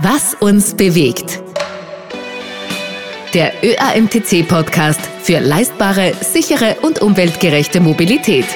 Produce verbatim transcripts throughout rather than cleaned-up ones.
Was uns bewegt. Der Ö A M T C-Podcast für leistbare, sichere und umweltgerechte Mobilität.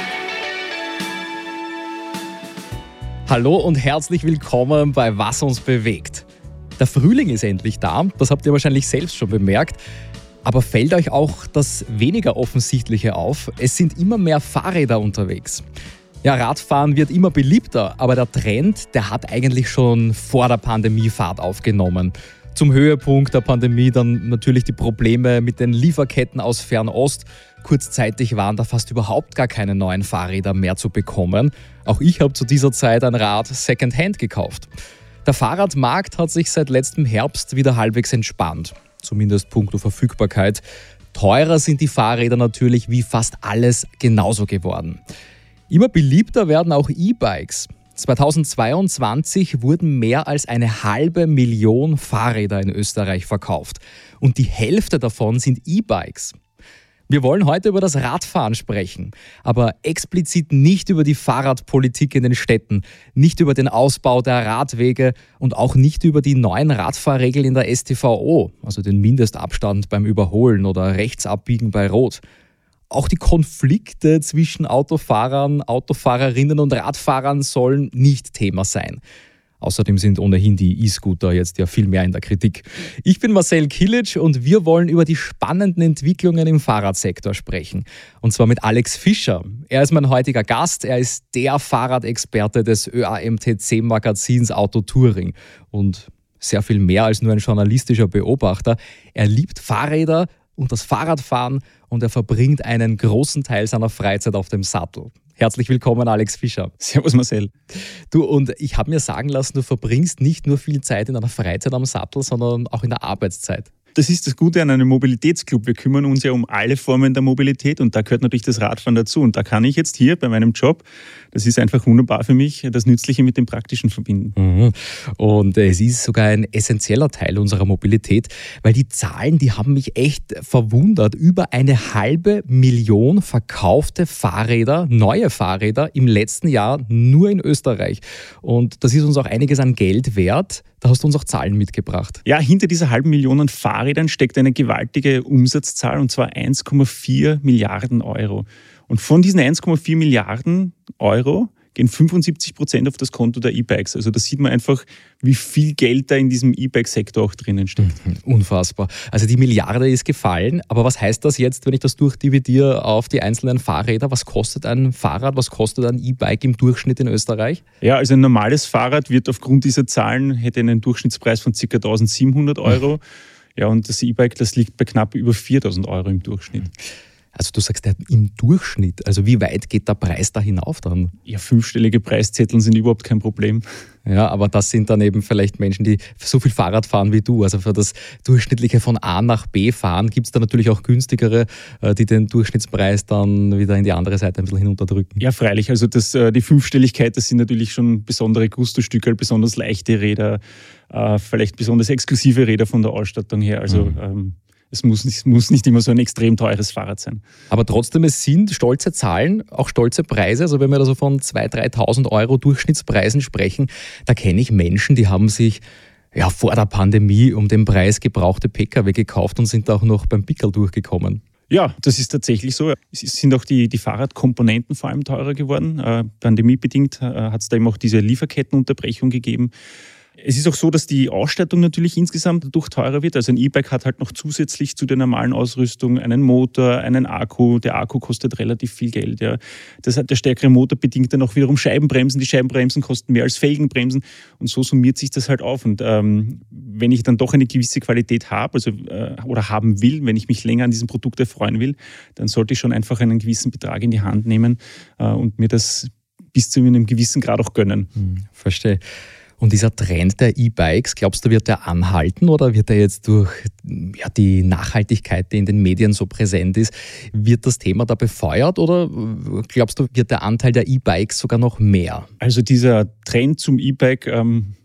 Hallo und herzlich willkommen bei Was uns bewegt. Der Frühling ist endlich da, das habt ihr wahrscheinlich selbst schon bemerkt. Aber fällt euch auch das weniger Offensichtliche auf? Es sind immer mehr Fahrräder unterwegs. Ja, Radfahren wird immer beliebter, aber der Trend, der hat eigentlich schon vor der Pandemie Fahrt aufgenommen. Zum Höhepunkt der Pandemie dann natürlich die Probleme mit den Lieferketten aus Fernost. Kurzzeitig waren da fast überhaupt gar keine neuen Fahrräder mehr zu bekommen. Auch ich habe zu dieser Zeit ein Rad Secondhand gekauft. Der Fahrradmarkt hat sich seit letztem Herbst wieder halbwegs entspannt, zumindest puncto Verfügbarkeit. Teurer sind die Fahrräder natürlich wie fast alles genauso geworden. Immer beliebter werden auch E-Bikes. zweitausendzweiundzwanzig wurden mehr als eine halbe Million Fahrräder in Österreich verkauft. Und die Hälfte davon sind E-Bikes. Wir wollen heute über das Radfahren sprechen, aber explizit nicht über die Fahrradpolitik in den Städten, nicht über den Ausbau der Radwege und auch nicht über die neuen Radfahrregeln in der S T V O, also den Mindestabstand beim Überholen oder Rechtsabbiegen bei Rot. Auch die Konflikte zwischen Autofahrern, Autofahrerinnen und Radfahrern sollen nicht Thema sein. Außerdem sind ohnehin die E-Scooter jetzt ja viel mehr in der Kritik. Ich bin Marcel Kilic und wir wollen über die spannenden Entwicklungen im Fahrradsektor sprechen. Und zwar mit Alex Fischer. Er ist mein heutiger Gast. Er ist der Fahrradexperte des Ö A M T C-Magazins Auto Touring. Und sehr viel mehr als nur ein journalistischer Beobachter. Er liebt Fahrräder und das Fahrradfahren und er verbringt einen großen Teil seiner Freizeit auf dem Sattel. Herzlich willkommen, Alex Fischer. Servus, Marcel. Du, und ich habe mir sagen lassen, du verbringst nicht nur viel Zeit in deiner Freizeit am Sattel, sondern auch in der Arbeitszeit. Das ist das Gute an einem Mobilitätsclub. Wir kümmern uns ja um alle Formen der Mobilität und da gehört natürlich das Radfahren dazu. Und da kann ich jetzt hier bei meinem Job, das ist einfach wunderbar für mich, das Nützliche mit dem Praktischen verbinden. Mhm. Und es ist sogar ein essentieller Teil unserer Mobilität, weil die Zahlen, die haben mich echt verwundert. Über eine halbe Million verkaufte Fahrräder, neue Fahrräder im letzten Jahr nur in Österreich. Und das ist uns auch einiges an Geld wert. Da hast du uns auch Zahlen mitgebracht. Ja, hinter dieser halben Million Fahrrädern steckt eine gewaltige Umsatzzahl und zwar eins Komma vier Milliarden Euro. Und von diesen eins Komma vier Milliarden Euro gehen fünfundsiebzig Prozent auf das Konto der E-Bikes. Also da sieht man einfach, wie viel Geld da in diesem E-Bike-Sektor auch drinnen steckt. Unfassbar. Also die Milliarde ist gefallen, aber was heißt das jetzt, wenn ich das durchdividiere auf die einzelnen Fahrräder? Was kostet ein Fahrrad, was kostet ein E-Bike im Durchschnitt in Österreich? Ja, also ein normales Fahrrad wird aufgrund dieser Zahlen, hätte einen Durchschnittspreis von ca. eintausendsiebenhundert Euro. Mhm. Ja, und das E-Bike, das liegt bei knapp über viertausend Euro im Durchschnitt. Also du sagst ja im Durchschnitt, also wie weit geht der Preis da hinauf dann? Ja, fünfstellige Preiszetteln sind überhaupt kein Problem. Ja, aber das sind dann eben vielleicht Menschen, die so viel Fahrrad fahren wie du. Also für das durchschnittliche von A nach B fahren gibt es da natürlich auch günstigere, die den Durchschnittspreis dann wieder in die andere Seite ein bisschen hinunterdrücken. Ja, freilich. Also das, die Fünfstelligkeit, das sind natürlich schon besondere Gusto-Stücke, besonders leichte Räder, vielleicht besonders exklusive Räder von der Ausstattung her. Also mhm. ähm, Es muss nicht, muss nicht immer so ein extrem teures Fahrrad sein. Aber trotzdem, es sind stolze Zahlen, auch stolze Preise. Also wenn wir da so von zweitausend, dreitausend Euro Durchschnittspreisen sprechen, da kenne ich Menschen, die haben sich ja, vor der Pandemie um den Preis gebrauchte P K W gekauft und sind da auch noch beim Pickerl durchgekommen. Ja, das ist tatsächlich so. Es sind auch die, die Fahrradkomponenten vor allem teurer geworden. Äh, pandemiebedingt äh, hat es da eben auch diese Lieferkettenunterbrechung gegeben. Es ist auch so, dass die Ausstattung natürlich insgesamt dadurch teurer wird. Also ein E-Bike hat halt noch zusätzlich zu der normalen Ausrüstung einen Motor, einen Akku. Der Akku kostet relativ viel Geld. Ja. Das hat der stärkere Motor bedingt dann auch wiederum Scheibenbremsen. Die Scheibenbremsen kosten mehr als Felgenbremsen und so summiert sich das halt auf. Und ähm, wenn ich dann doch eine gewisse Qualität habe, also äh, oder haben will, wenn ich mich länger an diesem Produkt erfreuen will, dann sollte ich schon einfach einen gewissen Betrag in die Hand nehmen äh, und mir das bis zu einem gewissen Grad auch gönnen. Hm, verstehe. Und dieser Trend der E-Bikes, glaubst du, wird der anhalten oder wird er jetzt durch ja, die Nachhaltigkeit, die in den Medien so präsent ist, wird das Thema da befeuert oder glaubst du, wird der Anteil der E-Bikes sogar noch mehr? Also dieser Trend zum E-Bike ähm,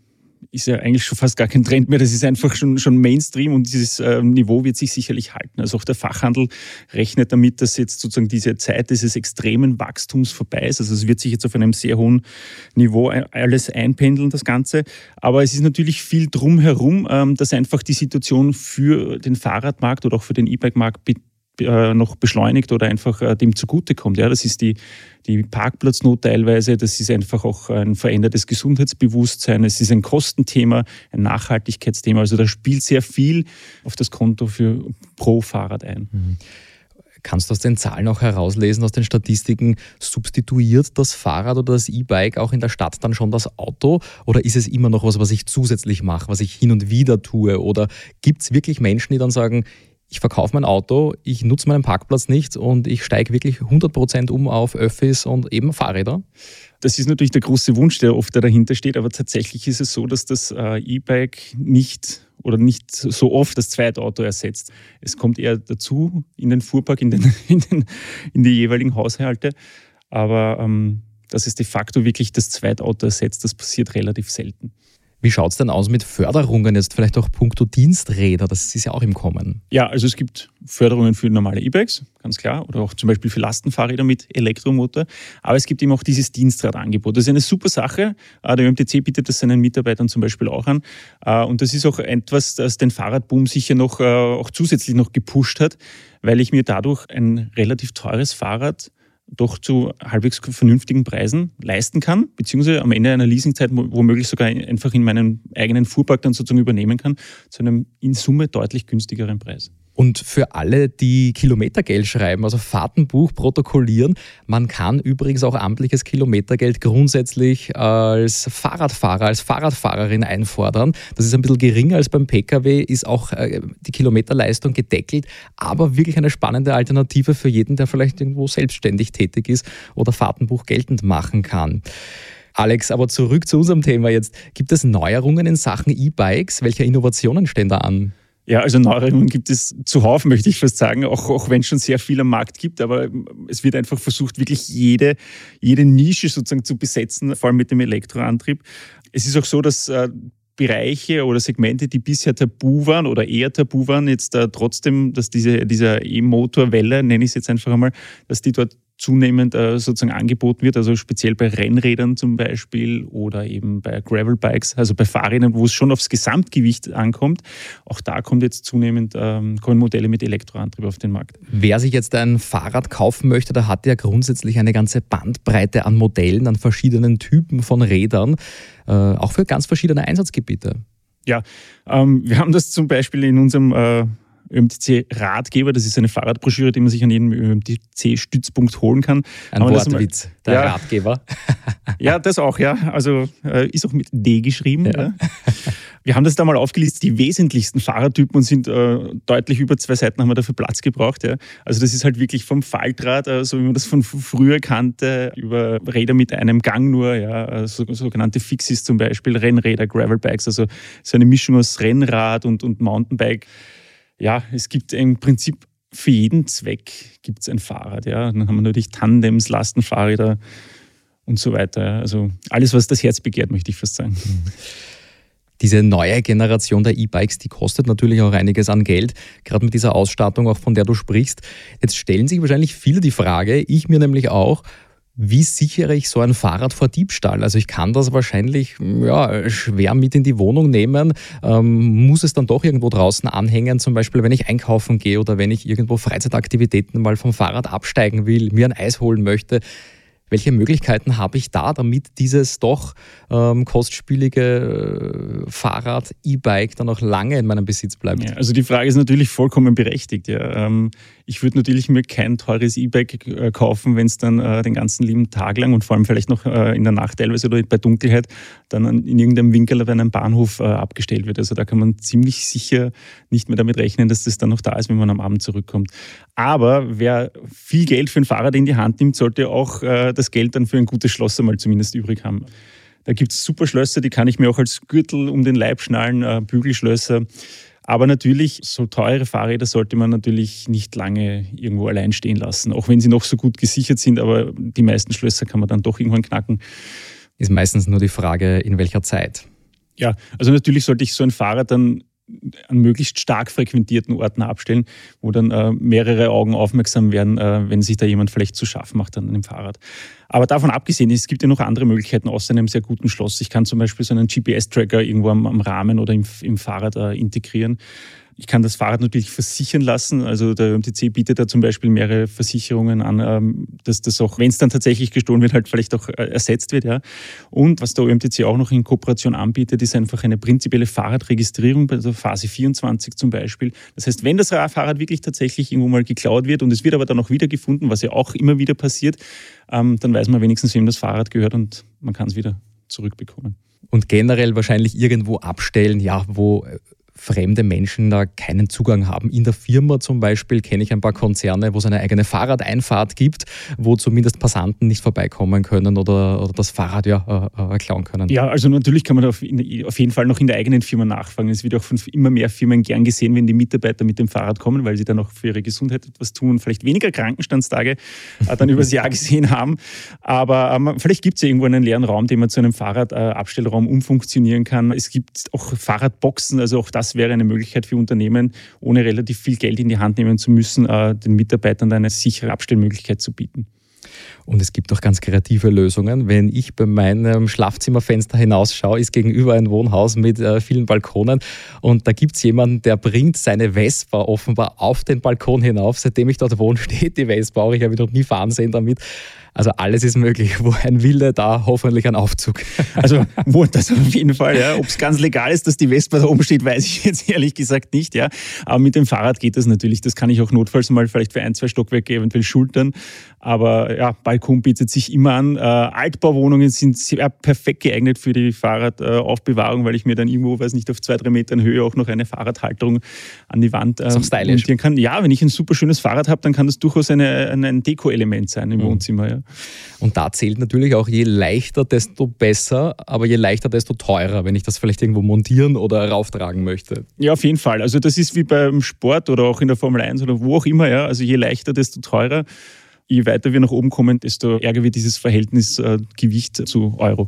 ist ja eigentlich schon fast gar kein Trend mehr. Das ist einfach schon, schon Mainstream und dieses äh, Niveau wird sich sicherlich halten. Also auch der Fachhandel rechnet damit, dass jetzt sozusagen diese Zeit dieses extremen Wachstums vorbei ist. Also es wird sich jetzt auf einem sehr hohen Niveau alles einpendeln, das Ganze. Aber es ist natürlich viel drumherum, ähm, dass einfach die Situation für den Fahrradmarkt oder auch für den E-Bike-Markt be- äh, noch beschleunigt oder einfach äh, dem zugutekommt. Ja, das ist die, die Parkplatznot teilweise, das ist einfach auch ein verändertes Gesundheitsbewusstsein, es ist ein Kostenthema, ein Nachhaltigkeitsthema. Also da spielt sehr viel auf das Konto für pro Fahrrad ein. Mhm. Kannst du aus den Zahlen auch herauslesen, aus den Statistiken, substituiert das Fahrrad oder das E-Bike auch in der Stadt dann schon das Auto? Oder ist es immer noch was, was ich zusätzlich mache, was ich hin und wieder tue? Oder gibt es wirklich Menschen, die dann sagen, ich verkaufe mein Auto, ich nutze meinen Parkplatz nicht und ich steige wirklich hundert Prozent um auf Öffis und eben Fahrräder? Das ist natürlich der große Wunsch, der oft dahinter steht, aber tatsächlich ist es so, dass das E-Bike nicht oder nicht so oft das Zweitauto ersetzt. Es kommt eher dazu in den Fuhrpark, in, den, in, den, in die jeweiligen Haushalte, aber ähm, dass es de facto wirklich das Zweitauto ersetzt, das passiert relativ selten. Wie schaut es denn aus mit Förderungen, jetzt vielleicht auch puncto Diensträder? Das ist ja auch im Kommen. Ja, also es gibt Förderungen für normale E-Bikes, ganz klar, oder auch zum Beispiel für Lastenfahrräder mit Elektromotor. Aber es gibt eben auch dieses Dienstradangebot. Das ist eine super Sache. Der Ö M T C bietet das seinen Mitarbeitern zum Beispiel auch an. Und das ist auch etwas, das den Fahrradboom sicher noch auch zusätzlich noch gepusht hat, weil ich mir dadurch ein relativ teures Fahrrad doch zu halbwegs vernünftigen Preisen leisten kann, beziehungsweise am Ende einer Leasingzeit womöglich sogar einfach in meinen eigenen Fuhrpark dann sozusagen übernehmen kann, zu einem in Summe deutlich günstigeren Preis. Und für alle, die Kilometergeld schreiben, also Fahrtenbuch protokollieren, man kann übrigens auch amtliches Kilometergeld grundsätzlich als Fahrradfahrer, als Fahrradfahrerin einfordern. Das ist ein bisschen geringer als beim Pkw, ist auch die Kilometerleistung gedeckelt, aber wirklich eine spannende Alternative für jeden, der vielleicht irgendwo selbstständig tätig ist oder Fahrtenbuch geltend machen kann. Alex, aber zurück zu unserem Thema jetzt. Gibt es Neuerungen in Sachen E-Bikes? Welche Innovationen stehen da an? Ja, also Neuerungen gibt es zuhauf, möchte ich fast sagen, auch, auch wenn es schon sehr viel am Markt gibt, aber es wird einfach versucht, wirklich jede, jede Nische sozusagen zu besetzen, vor allem mit dem Elektroantrieb. Es ist auch so, dass äh, Bereiche oder Segmente, die bisher tabu waren oder eher tabu waren, jetzt äh, trotzdem, dass diese, dieser E-Motorwelle, nenne ich es jetzt einfach einmal, dass die dort zunehmend äh, sozusagen angeboten wird, also speziell bei Rennrädern zum Beispiel oder eben bei Gravelbikes, also bei Fahrrädern, wo es schon aufs Gesamtgewicht ankommt. Auch da kommt jetzt zunehmend ähm, kommen Modelle mit Elektroantrieb auf den Markt. Wer sich jetzt ein Fahrrad kaufen möchte, der hat ja grundsätzlich eine ganze Bandbreite an Modellen, an verschiedenen Typen von Rädern, äh, auch für ganz verschiedene Einsatzgebiete. Ja, ähm, wir haben das zum Beispiel in unserem äh, Ö M T C-Ratgeber, das ist eine Fahrradbroschüre, die man sich an jedem Ö M T C-Stützpunkt holen kann. Ein Wortwitz, der ja, Ratgeber. Ja, das auch, ja. Also äh, ist auch mit D geschrieben. Ja. Ja. Wir haben das da mal aufgelistet, die wesentlichsten Fahrradtypen und sind äh, deutlich über zwei Seiten haben wir dafür Platz gebraucht. Ja. Also das ist halt wirklich vom Faltrad, äh, so wie man das von früher kannte, über Räder mit einem Gang nur, ja, so, sogenannte Fixis zum Beispiel, Rennräder, Gravelbikes, also so eine Mischung aus Rennrad und, und Mountainbike. Ja, es gibt im Prinzip für jeden Zweck gibt es ein Fahrrad. Ja. Dann haben wir natürlich Tandems, Lastenfahrräder und so weiter. Also alles, was das Herz begehrt, möchte ich fast sagen. Diese neue Generation der E-Bikes, die kostet natürlich auch einiges an Geld, gerade mit dieser Ausstattung, auch von der du sprichst. Jetzt stellen sich wahrscheinlich viele die Frage, ich mir nämlich auch, wie sichere ich so ein Fahrrad vor Diebstahl? Also ich kann das wahrscheinlich ja, schwer mit in die Wohnung nehmen, ähm, muss es dann doch irgendwo draußen anhängen, zum Beispiel wenn ich einkaufen gehe oder wenn ich irgendwo Freizeitaktivitäten mal vom Fahrrad absteigen will, mir ein Eis holen möchte. Welche Möglichkeiten habe ich da, damit dieses doch ähm, kostspielige äh, Fahrrad, E-Bike dann auch lange in meinem Besitz bleibt? Ja, also die Frage ist natürlich vollkommen berechtigt. Ja. Ähm, ich würde natürlich mir kein teures E-Bike äh, kaufen, wenn es dann äh, den ganzen lieben Tag lang und vor allem vielleicht noch äh, in der Nacht teilweise oder bei Dunkelheit dann an, in irgendeinem Winkel bei einem Bahnhof äh, abgestellt wird. Also da kann man ziemlich sicher nicht mehr damit rechnen, dass das dann noch da ist, wenn man am Abend zurückkommt. Aber wer viel Geld für ein Fahrrad in die Hand nimmt, sollte auch äh, das Geld dann für ein gutes Schloss einmal zumindest übrig haben. Da gibt es super Schlösser, die kann ich mir auch als Gürtel um den Leib schnallen, äh, Bügelschlösser. Aber natürlich, so teure Fahrräder sollte man natürlich nicht lange irgendwo allein stehen lassen, auch wenn sie noch so gut gesichert sind, aber die meisten Schlösser kann man dann doch irgendwann knacken. Ist meistens nur die Frage, in welcher Zeit. Ja, also natürlich sollte ich so ein Fahrrad dann an möglichst stark frequentierten Orten abstellen, wo dann äh, mehrere Augen aufmerksam werden, äh, wenn sich da jemand vielleicht zu schaffen macht an einem Fahrrad. Aber davon abgesehen, es gibt ja noch andere Möglichkeiten außer einem sehr guten Schloss. Ich kann zum Beispiel so einen G P S-Tracker irgendwo am, am Rahmen oder im, im Fahrrad äh, integrieren. Ich kann das Fahrrad natürlich versichern lassen. Also der Ö M T C bietet da zum Beispiel mehrere Versicherungen an, dass das auch, wenn es dann tatsächlich gestohlen wird, halt vielleicht auch ersetzt wird. Ja. Und was der Ö M T C auch noch in Kooperation anbietet, ist einfach eine prinzipielle Fahrradregistrierung bei der Phase vierundzwanzig zum Beispiel. Das heißt, wenn das Fahrrad wirklich tatsächlich irgendwo mal geklaut wird und es wird aber dann auch wiedergefunden, was ja auch immer wieder passiert, dann weiß man wenigstens, wem das Fahrrad gehört und man kann es wieder zurückbekommen. Und generell wahrscheinlich irgendwo abstellen, ja, wo fremde Menschen da keinen Zugang haben. In der Firma zum Beispiel kenne ich ein paar Konzerne, wo es eine eigene Fahrradeinfahrt gibt, wo zumindest Passanten nicht vorbeikommen können oder, oder das Fahrrad ja äh, klauen können. Ja, also natürlich kann man auf, auf jeden Fall noch in der eigenen Firma nachfragen. Es wird auch von immer mehr Firmen gern gesehen, wenn die Mitarbeiter mit dem Fahrrad kommen, weil sie dann auch für ihre Gesundheit etwas tun, vielleicht weniger Krankenstandstage äh, dann übers Jahr gesehen haben. Aber ähm, vielleicht gibt es ja irgendwo einen leeren Raum, den man zu einem Fahrradabstellraum äh, umfunktionieren kann. Es gibt auch Fahrradboxen, also auch das Das wäre eine Möglichkeit für Unternehmen, ohne relativ viel Geld in die Hand nehmen zu müssen, den Mitarbeitern eine sichere Abstellmöglichkeit zu bieten. Und es gibt auch ganz kreative Lösungen. Wenn ich bei meinem Schlafzimmerfenster hinausschaue, ist gegenüber ein Wohnhaus mit äh, vielen Balkonen und da gibt es jemanden, der bringt seine Vespa offenbar auf den Balkon hinauf. Seitdem ich dort wohne, steht die Vespa auch. Ich habe ihn noch nie fahren sehen damit. Also alles ist möglich. Wo ein Wille, da hoffentlich ein Aufzug. Also wo das auf jeden Fall. Ja. Ob es ganz legal ist, dass die Vespa da oben steht, weiß ich jetzt ehrlich gesagt nicht. Ja. Aber mit dem Fahrrad geht das natürlich. Das kann ich auch notfalls mal vielleicht für ein, zwei Stockwerke eventuell schultern. Aber ja, Balkon bietet sich immer an. Äh, Altbauwohnungen sind sehr perfekt geeignet für die Fahrradaufbewahrung, weil ich mir dann irgendwo, weiß nicht, auf zwei, drei Metern Höhe auch noch eine Fahrradhalterung an die Wand äh, ist auch stylisch. montieren kann. Ja, wenn ich ein super schönes Fahrrad habe, dann kann das durchaus eine, ein, ein Deko-Element sein im mhm. Wohnzimmer. Ja. Und da zählt natürlich auch, je leichter, desto besser, aber je leichter, desto teurer, wenn ich das vielleicht irgendwo montieren oder rauftragen möchte. Ja, auf jeden Fall. Also das ist wie beim Sport oder auch in der Formel eins oder wo auch immer. Ja. Also je leichter, desto teurer. Je weiter wir nach oben kommen, desto ärger wird dieses Verhältnis äh, Gewicht zu Euro.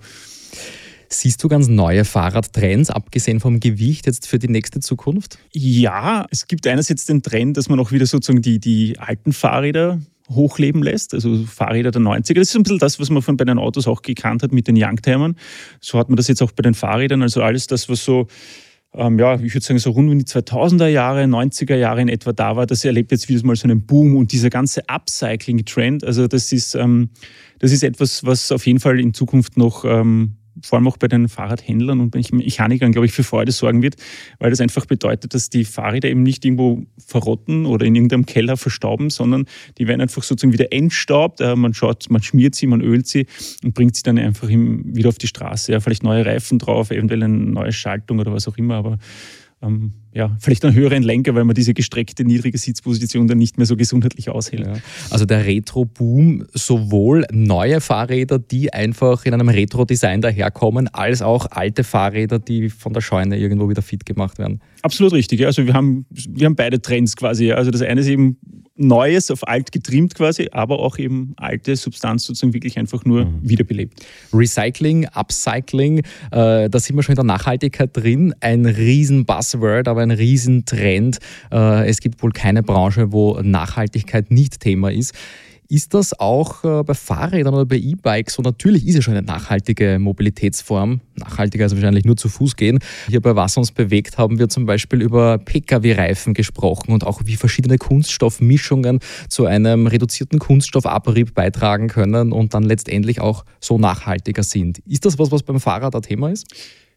Siehst du ganz neue Fahrradtrends, abgesehen vom Gewicht, jetzt für die nächste Zukunft? Ja, es gibt einerseits den Trend, dass man auch wieder sozusagen die, die alten Fahrräder hochleben lässt, also Fahrräder der neunziger. Das ist ein bisschen das, was man von bei den Autos auch gekannt hat mit den Youngtimern. So hat man das jetzt auch bei den Fahrrädern, also alles das, was so Ähm, ja, ich würde sagen, so rund um die zweitausender Jahre, neunziger Jahre in etwa da war, das erlebt jetzt wieder mal so einen Boom und dieser ganze Upcycling-Trend, also das ist, ähm, das ist etwas, was auf jeden Fall in Zukunft noch ähm, vor allem auch bei den Fahrradhändlern und bei Mechanikern, glaube ich, für Freude sorgen wird, weil das einfach bedeutet, dass die Fahrräder eben nicht irgendwo verrotten oder in irgendeinem Keller verstauben, sondern die werden einfach sozusagen wieder entstaubt. Man schaut, man schmiert sie, man ölt sie und bringt sie dann einfach wieder auf die Straße. Ja, vielleicht neue Reifen drauf, eventuell eine neue Schaltung oder was auch immer, aber ähm, ja, vielleicht einen höheren Lenker, weil man diese gestreckte, niedrige Sitzposition dann nicht mehr so gesundheitlich aushält. Ja. Also der Retro-Boom, sowohl neue Fahrräder, die einfach in einem Retro-Design daherkommen, als auch alte Fahrräder, die von der Scheune irgendwo wieder fit gemacht werden. Absolut richtig. Ja. Also wir haben, wir haben beide Trends quasi. Also das eine ist eben Neues auf alt getrimmt quasi, aber auch eben alte Substanz sozusagen wirklich einfach nur mhm. wiederbelebt. Recycling, Upcycling, äh, da sind wir schon in der Nachhaltigkeit drin. Ein riesen Buzzword, aber ein riesen Trend. Äh, es gibt wohl keine Branche, wo Nachhaltigkeit nicht Thema ist. Ist das auch bei Fahrrädern oder bei E-Bikes so? Natürlich ist es schon eine nachhaltige Mobilitätsform. Nachhaltiger als wahrscheinlich nur zu Fuß gehen. Hier bei Was uns bewegt haben wir zum Beispiel über Pkw-Reifen gesprochen und auch wie verschiedene Kunststoffmischungen zu einem reduzierten Kunststoffabrieb beitragen können und dann letztendlich auch so nachhaltiger sind. Ist das was, was beim Fahrrad ein Thema ist?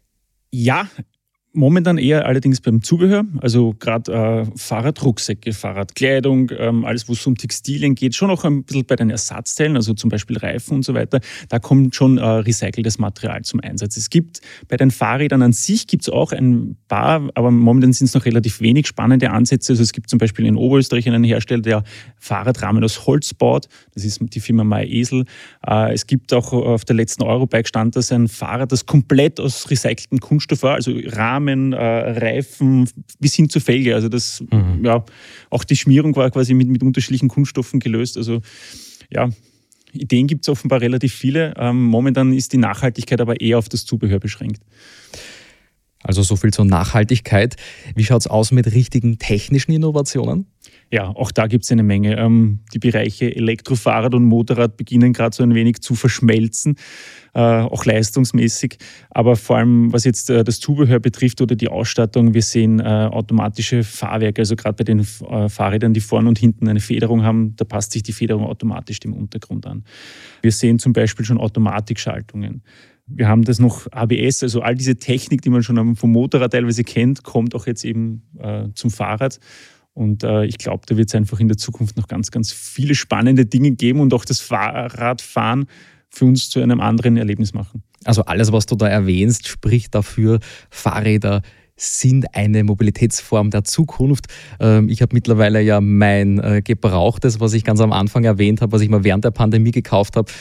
Ja, momentan eher allerdings beim Zubehör, also gerade äh, Fahrradrucksäcke, Fahrradkleidung, ähm, alles, wo es um Textilien geht, schon auch ein bisschen bei den Ersatzteilen, also zum Beispiel Reifen und so weiter, da kommt schon äh, recyceltes Material zum Einsatz. Es gibt bei den Fahrrädern an sich gibt es auch ein paar, aber momentan sind es noch relativ wenig spannende Ansätze. Also es gibt zum Beispiel in Oberösterreich einen Hersteller, der Fahrradrahmen aus Holz baut, das ist die Firma Mai-Esel. Äh, es gibt auch auf der letzten Eurobike stand das ein Fahrrad, das komplett aus recyceltem Kunststoff war, also Rahmen, Äh, Reifen bis hin zur Felge. Also das, mhm. ja, auch die Schmierung war quasi mit, mit unterschiedlichen Kunststoffen gelöst. Also ja, Ideen gibt es offenbar relativ viele. Ähm, momentan ist die Nachhaltigkeit aber eher auf das Zubehör beschränkt. Also so viel zur Nachhaltigkeit. Wie schaut es aus mit richtigen technischen Innovationen? Ja, auch da gibt es eine Menge. Ähm, die Bereiche Elektrofahrrad und Motorrad beginnen gerade so ein wenig zu verschmelzen, äh, auch leistungsmäßig. Aber vor allem, was jetzt äh, das Zubehör betrifft oder die Ausstattung, wir sehen äh, automatische Fahrwerke. Also gerade bei den äh, Fahrrädern, die vorne und hinten eine Federung haben, da passt sich die Federung automatisch dem Untergrund an. Wir sehen zum Beispiel schon Automatikschaltungen. Wir haben das noch A B S, also all diese Technik, die man schon vom Motorrad teilweise kennt, kommt auch jetzt eben äh, zum Fahrrad. Und äh, ich glaube, da wird es einfach in der Zukunft noch ganz, ganz viele spannende Dinge geben und auch das Fahrradfahren für uns zu einem anderen Erlebnis machen. Also alles, was du da erwähnst, spricht dafür, Fahrräder sind eine Mobilitätsform der Zukunft. Ich habe mittlerweile ja mein Gebrauchtes, was ich ganz am Anfang erwähnt habe, was ich mir während der Pandemie gekauft habe.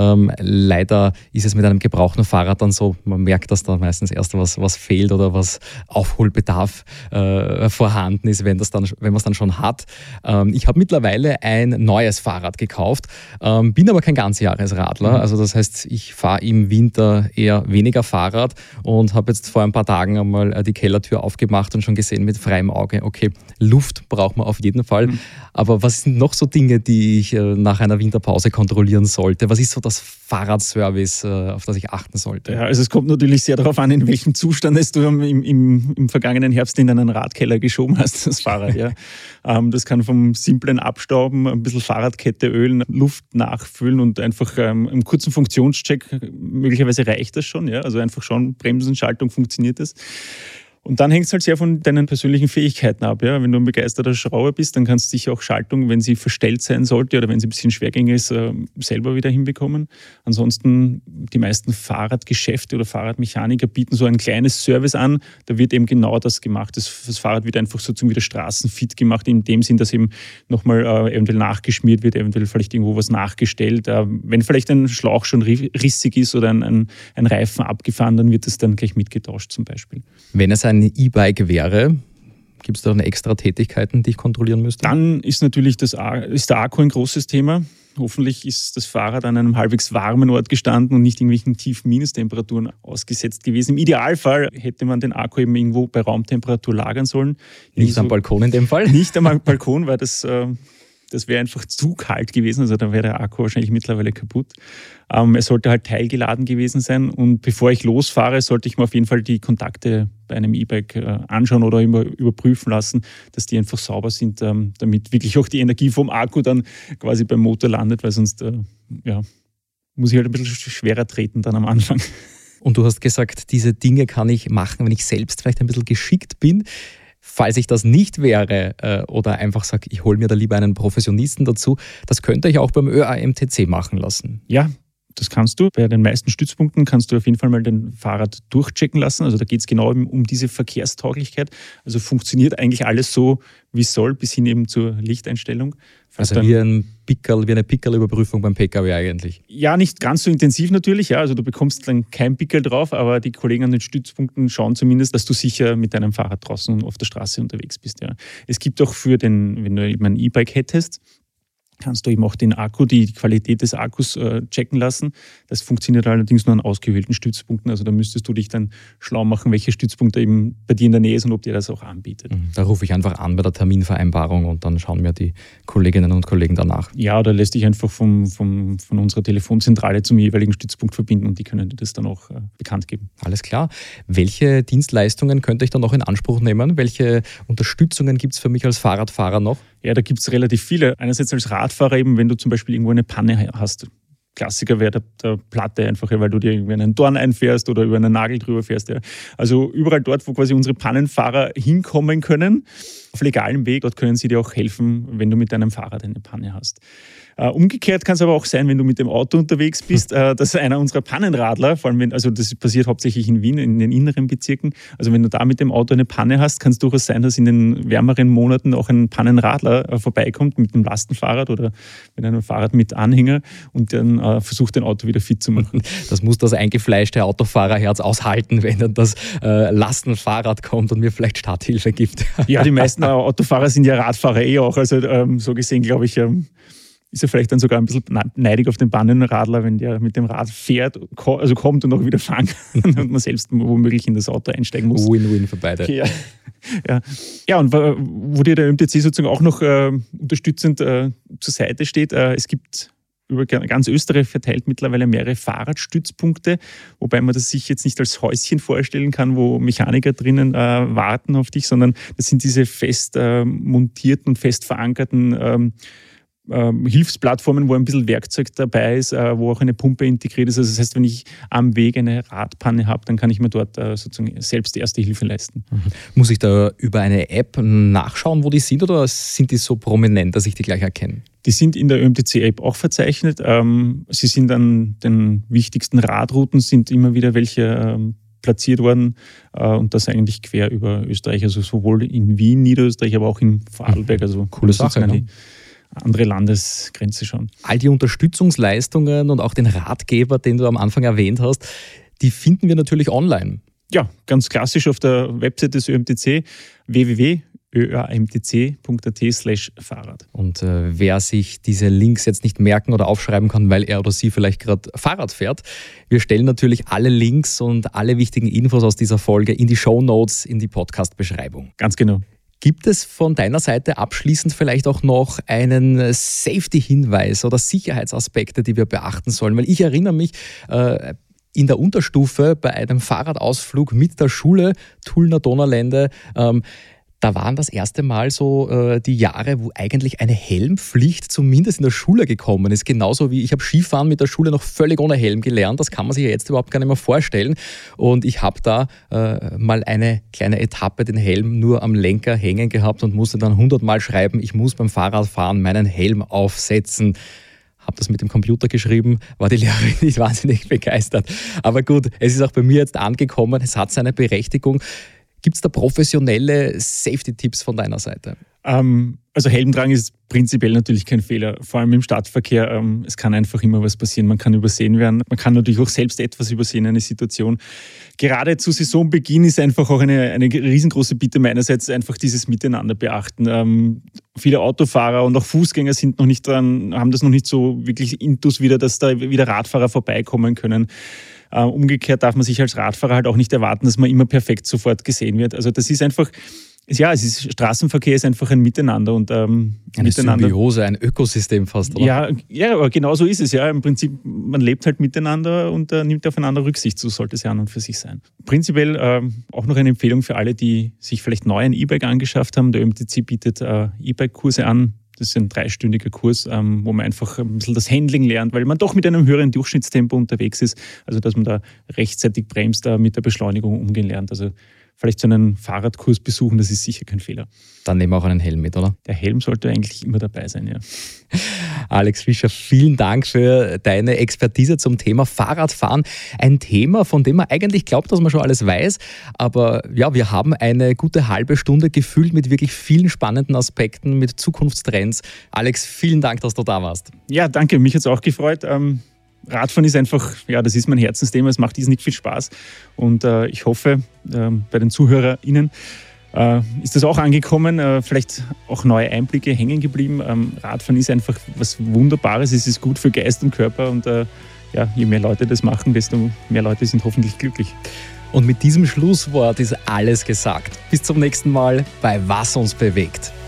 Leider ist es mit einem gebrauchten Fahrrad dann so, man merkt, dass da meistens erst was, was fehlt oder was Aufholbedarf äh, vorhanden ist, wenn, das dann, wenn man es dann schon hat. Ich habe mittlerweile ein neues Fahrrad gekauft, bin aber kein Ganzjahresradler. Also das heißt, ich fahre im Winter eher weniger Fahrrad und habe jetzt vor ein paar Tagen einmal die Keller Tür aufgemacht und schon gesehen mit freiem Auge, okay, Luft braucht man auf jeden Fall. Mhm. Aber was sind noch so Dinge, die ich äh, nach einer Winterpause kontrollieren sollte? Was ist so das Fahrradservice, äh, auf das ich achten sollte? Ja, also es kommt natürlich sehr darauf an, in welchem Zustand es du im, im, im vergangenen Herbst in einen Radkeller geschoben hast, das Fahrrad. Ja. ähm, das kann vom simplen Abstauben, ein bisschen Fahrradkette ölen, Luft nachfüllen und einfach ähm, einen kurzen Funktionscheck, möglicherweise reicht das schon. Ja. Also einfach schauen, Bremsen, Schaltung, funktioniert das. Und dann hängt es halt sehr von deinen persönlichen Fähigkeiten ab. Ja? Wenn du ein begeisterter Schrauber bist, dann kannst du sicher auch Schaltung, wenn sie verstellt sein sollte oder wenn sie ein bisschen schwergängig ist, selber wieder hinbekommen. Ansonsten, die meisten Fahrradgeschäfte oder Fahrradmechaniker bieten so ein kleines Service an. Da wird eben genau das gemacht. Das, das Fahrrad wird einfach so zum wieder straßenfit gemacht, in dem Sinn, dass eben nochmal äh, eventuell nachgeschmiert wird, eventuell vielleicht irgendwo was nachgestellt. Äh, wenn vielleicht ein Schlauch schon rissig ist oder ein, ein, ein Reifen abgefahren, dann wird das dann gleich mitgetauscht zum Beispiel. Wenn es ein E-Bike wäre, gibt es da eine extra Tätigkeiten, die ich kontrollieren müsste? Dann ist natürlich das, ist der Akku ein großes Thema. Hoffentlich ist das Fahrrad an einem halbwegs warmen Ort gestanden und nicht irgendwelchen tiefen Minustemperaturen ausgesetzt gewesen. Im Idealfall hätte man den Akku eben irgendwo bei Raumtemperatur lagern sollen. Nicht so, am Balkon in dem Fall? Nicht am Balkon, weil das... Äh, Das wäre einfach zu kalt gewesen, also da wäre der Akku wahrscheinlich mittlerweile kaputt. Ähm, er sollte halt teilgeladen gewesen sein und bevor ich losfahre, sollte ich mir auf jeden Fall die Kontakte bei einem E-Bike äh, anschauen oder immer überprüfen lassen, dass die einfach sauber sind, ähm, damit wirklich auch die Energie vom Akku dann quasi beim Motor landet, weil sonst äh, ja, muss ich halt ein bisschen schwerer treten dann am Anfang. Und du hast gesagt, diese Dinge kann ich machen, wenn ich selbst vielleicht ein bisschen geschickt bin. Falls ich das nicht wäre äh, oder einfach sage, ich hole mir da lieber einen Professionisten dazu, das könnte ich auch beim Ö A M T C machen lassen. Ja, das kannst du. Bei den meisten Stützpunkten kannst du auf jeden Fall mal dein Fahrrad durchchecken lassen. Also da geht es genau um diese Verkehrstauglichkeit. Also funktioniert eigentlich alles so, wie es soll, bis hin eben zur Lichteinstellung. Also dann, wie, ein Pickerl, wie eine Pickerl-Überprüfung beim P K W eigentlich? Ja, nicht ganz so intensiv natürlich. Ja. Also du bekommst dann kein Pickerl drauf, aber die Kollegen an den Stützpunkten schauen zumindest, dass du sicher mit deinem Fahrrad draußen auf der Straße unterwegs bist. Ja. Es gibt auch für den, wenn du eben ein E-Bike hättest, kannst du eben auch den Akku, die Qualität des Akkus äh, checken lassen. Das funktioniert allerdings nur an ausgewählten Stützpunkten. Also da müsstest du dich dann schlau machen, welche Stützpunkte eben bei dir in der Nähe sind und ob dir das auch anbietet. Da rufe ich einfach an bei der Terminvereinbarung und dann schauen mir die Kolleginnen und Kollegen danach. Ja, oder lässt dich einfach vom, vom, von unserer Telefonzentrale zum jeweiligen Stützpunkt verbinden und die können dir das dann auch äh, bekannt geben. Alles klar. Welche Dienstleistungen könnte ich dann noch in Anspruch nehmen? Welche Unterstützungen gibt es für mich als Fahrradfahrer noch? Ja, da gibt es relativ viele. Einerseits als Radfahrer eben, wenn du zum Beispiel irgendwo eine Panne hast. Klassiker wäre der, der Platte einfach, weil du dir irgendwie einen Dorn einfährst oder über einen Nagel drüber fährst. Ja. Also überall dort, wo quasi unsere Pannenfahrer hinkommen können, auf legalem Weg, dort können sie dir auch helfen, wenn du mit deinem Fahrrad eine Panne hast. Uh, umgekehrt kann es aber auch sein, wenn du mit dem Auto unterwegs bist, uh, dass einer unserer Pannenradler, vor allem wenn, also das passiert hauptsächlich in Wien, in den inneren Bezirken, also wenn du da mit dem Auto eine Panne hast, kann es durchaus sein, dass in den wärmeren Monaten auch ein Pannenradler uh, vorbeikommt mit einem Lastenfahrrad oder mit einem Fahrrad mit Anhänger und dann uh, versucht, dein Auto wieder fit zu machen. Das muss das eingefleischte Autofahrerherz aushalten, wenn dann das uh, Lastenfahrrad kommt und mir vielleicht Starthilfe gibt. Ja, die meisten uh, Autofahrer sind ja Radfahrer eh auch, also um, so gesehen glaube ich, um, ist er vielleicht dann sogar ein bisschen neidig auf den Bannenradler, wenn der mit dem Rad fährt, also kommt und auch wieder fahren kann und man selbst womöglich in das Auto einsteigen muss. Win-win für beide. Okay, ja. Ja. ja, und wo dir der Ö M T C sozusagen auch noch äh, unterstützend äh, zur Seite steht, äh, es gibt über ganz Österreich verteilt mittlerweile mehrere Fahrradstützpunkte, wobei man das sich jetzt nicht als Häuschen vorstellen kann, wo Mechaniker drinnen äh, warten auf dich, sondern das sind diese fest äh, montierten und fest verankerten ähm, ähm, Hilfsplattformen, wo ein bisschen Werkzeug dabei ist, äh, wo auch eine Pumpe integriert ist. Also das heißt, wenn ich am Weg eine Radpanne habe, dann kann ich mir dort äh, sozusagen selbst die erste Hilfe leisten. Mhm. Muss ich da über eine App nachschauen, wo die sind, oder sind die so prominent, dass ich die gleich erkenne? Die sind in der Ö M T C-App auch verzeichnet. Sie sind an den wichtigsten Radrouten, sind immer wieder welche platziert worden und das eigentlich quer über Österreich, also sowohl in Wien, Niederösterreich, aber auch in Vorarlberg. Also coole Sache, an die andere Landesgrenze schon. All die Unterstützungsleistungen und auch den Ratgeber, den du am Anfang erwähnt hast, die finden wir natürlich online. Ja, ganz klassisch auf der Website des Ö M T C, w w w punkt ö a m t c punkt a t slash Fahrrad. Und äh, wer sich diese Links jetzt nicht merken oder aufschreiben kann, weil er oder sie vielleicht gerade Fahrrad fährt, wir stellen natürlich alle Links und alle wichtigen Infos aus dieser Folge in die Shownotes, in die Podcast-Beschreibung. Ganz genau. Gibt es von deiner Seite abschließend vielleicht auch noch einen Safety-Hinweis oder Sicherheitsaspekte, die wir beachten sollen? Weil ich erinnere mich, äh, in der Unterstufe bei einem Fahrradausflug mit der Schule, Tullner Donauländer, ähm, da waren das erste Mal so äh, die Jahre, wo eigentlich eine Helmpflicht zumindest in der Schule gekommen ist. Genauso wie ich habe Skifahren mit der Schule noch völlig ohne Helm gelernt. Das kann man sich ja jetzt überhaupt gar nicht mehr vorstellen. Und ich habe da äh, mal eine kleine Etappe den Helm nur am Lenker hängen gehabt und musste dann hundertmal schreiben, ich muss beim Fahrradfahren meinen Helm aufsetzen. Habe das mit dem Computer geschrieben, war die Lehrerin nicht wahnsinnig begeistert. Aber gut, es ist auch bei mir jetzt angekommen, es hat seine Berechtigung. Gibt es da professionelle Safety-Tipps von deiner Seite? Ähm, also Helm tragen ist prinzipiell natürlich kein Fehler, vor allem im Stadtverkehr. Ähm, es kann einfach immer was passieren, man kann übersehen werden. Man kann natürlich auch selbst etwas übersehen, eine Situation. Gerade zu Saisonbeginn ist einfach auch eine, eine riesengroße Bitte meinerseits, einfach dieses Miteinander beachten. Ähm, viele Autofahrer und auch Fußgänger sind noch nicht dran, haben das noch nicht so wirklich intus wieder, dass da wieder Radfahrer vorbeikommen können. Uh, umgekehrt darf man sich als Radfahrer halt auch nicht erwarten, dass man immer perfekt sofort gesehen wird. Also das ist einfach, ja, es ist, Straßenverkehr ist einfach ein Miteinander. Und, ähm, eine miteinander. Symbiose, ein Ökosystem fast, oder? Ja, ja, aber genau so ist es. Ja. Im Prinzip, man lebt halt miteinander und äh, nimmt aufeinander Rücksicht. So sollte es ja an und für sich sein. Prinzipiell äh, auch noch eine Empfehlung für alle, die sich vielleicht neu ein E-Bike angeschafft haben. Der Ö M T C bietet äh, E-Bike-Kurse an. Das ist ein dreistündiger Kurs, ähm, wo man einfach ein bisschen das Handling lernt, weil man doch mit einem höheren Durchschnittstempo unterwegs ist. Also dass man da rechtzeitig bremst, da mit der Beschleunigung umgehen lernt. Also vielleicht so einen Fahrradkurs besuchen, das ist sicher kein Fehler. Dann nehmen wir auch einen Helm mit, oder? Der Helm sollte eigentlich immer dabei sein, ja. Alex Fischer, vielen Dank für deine Expertise zum Thema Fahrradfahren. Ein Thema, von dem man eigentlich glaubt, dass man schon alles weiß. Aber ja, wir haben eine gute halbe Stunde gefüllt mit wirklich vielen spannenden Aspekten, mit Zukunftstrends. Alex, vielen Dank, dass du da warst. Ja, danke. Mich hat es auch gefreut. Ähm Radfahren ist einfach, ja, das ist mein Herzensthema, es macht irrsinnig viel Spaß und äh, ich hoffe, äh, bei den ZuhörerInnen äh, ist das auch angekommen, äh, vielleicht auch neue Einblicke hängen geblieben. Ähm, Radfahren ist einfach was Wunderbares, es ist gut für Geist und Körper und äh, ja, je mehr Leute das machen, desto mehr Leute sind hoffentlich glücklich. Und mit diesem Schlusswort ist alles gesagt. Bis zum nächsten Mal bei Was uns bewegt.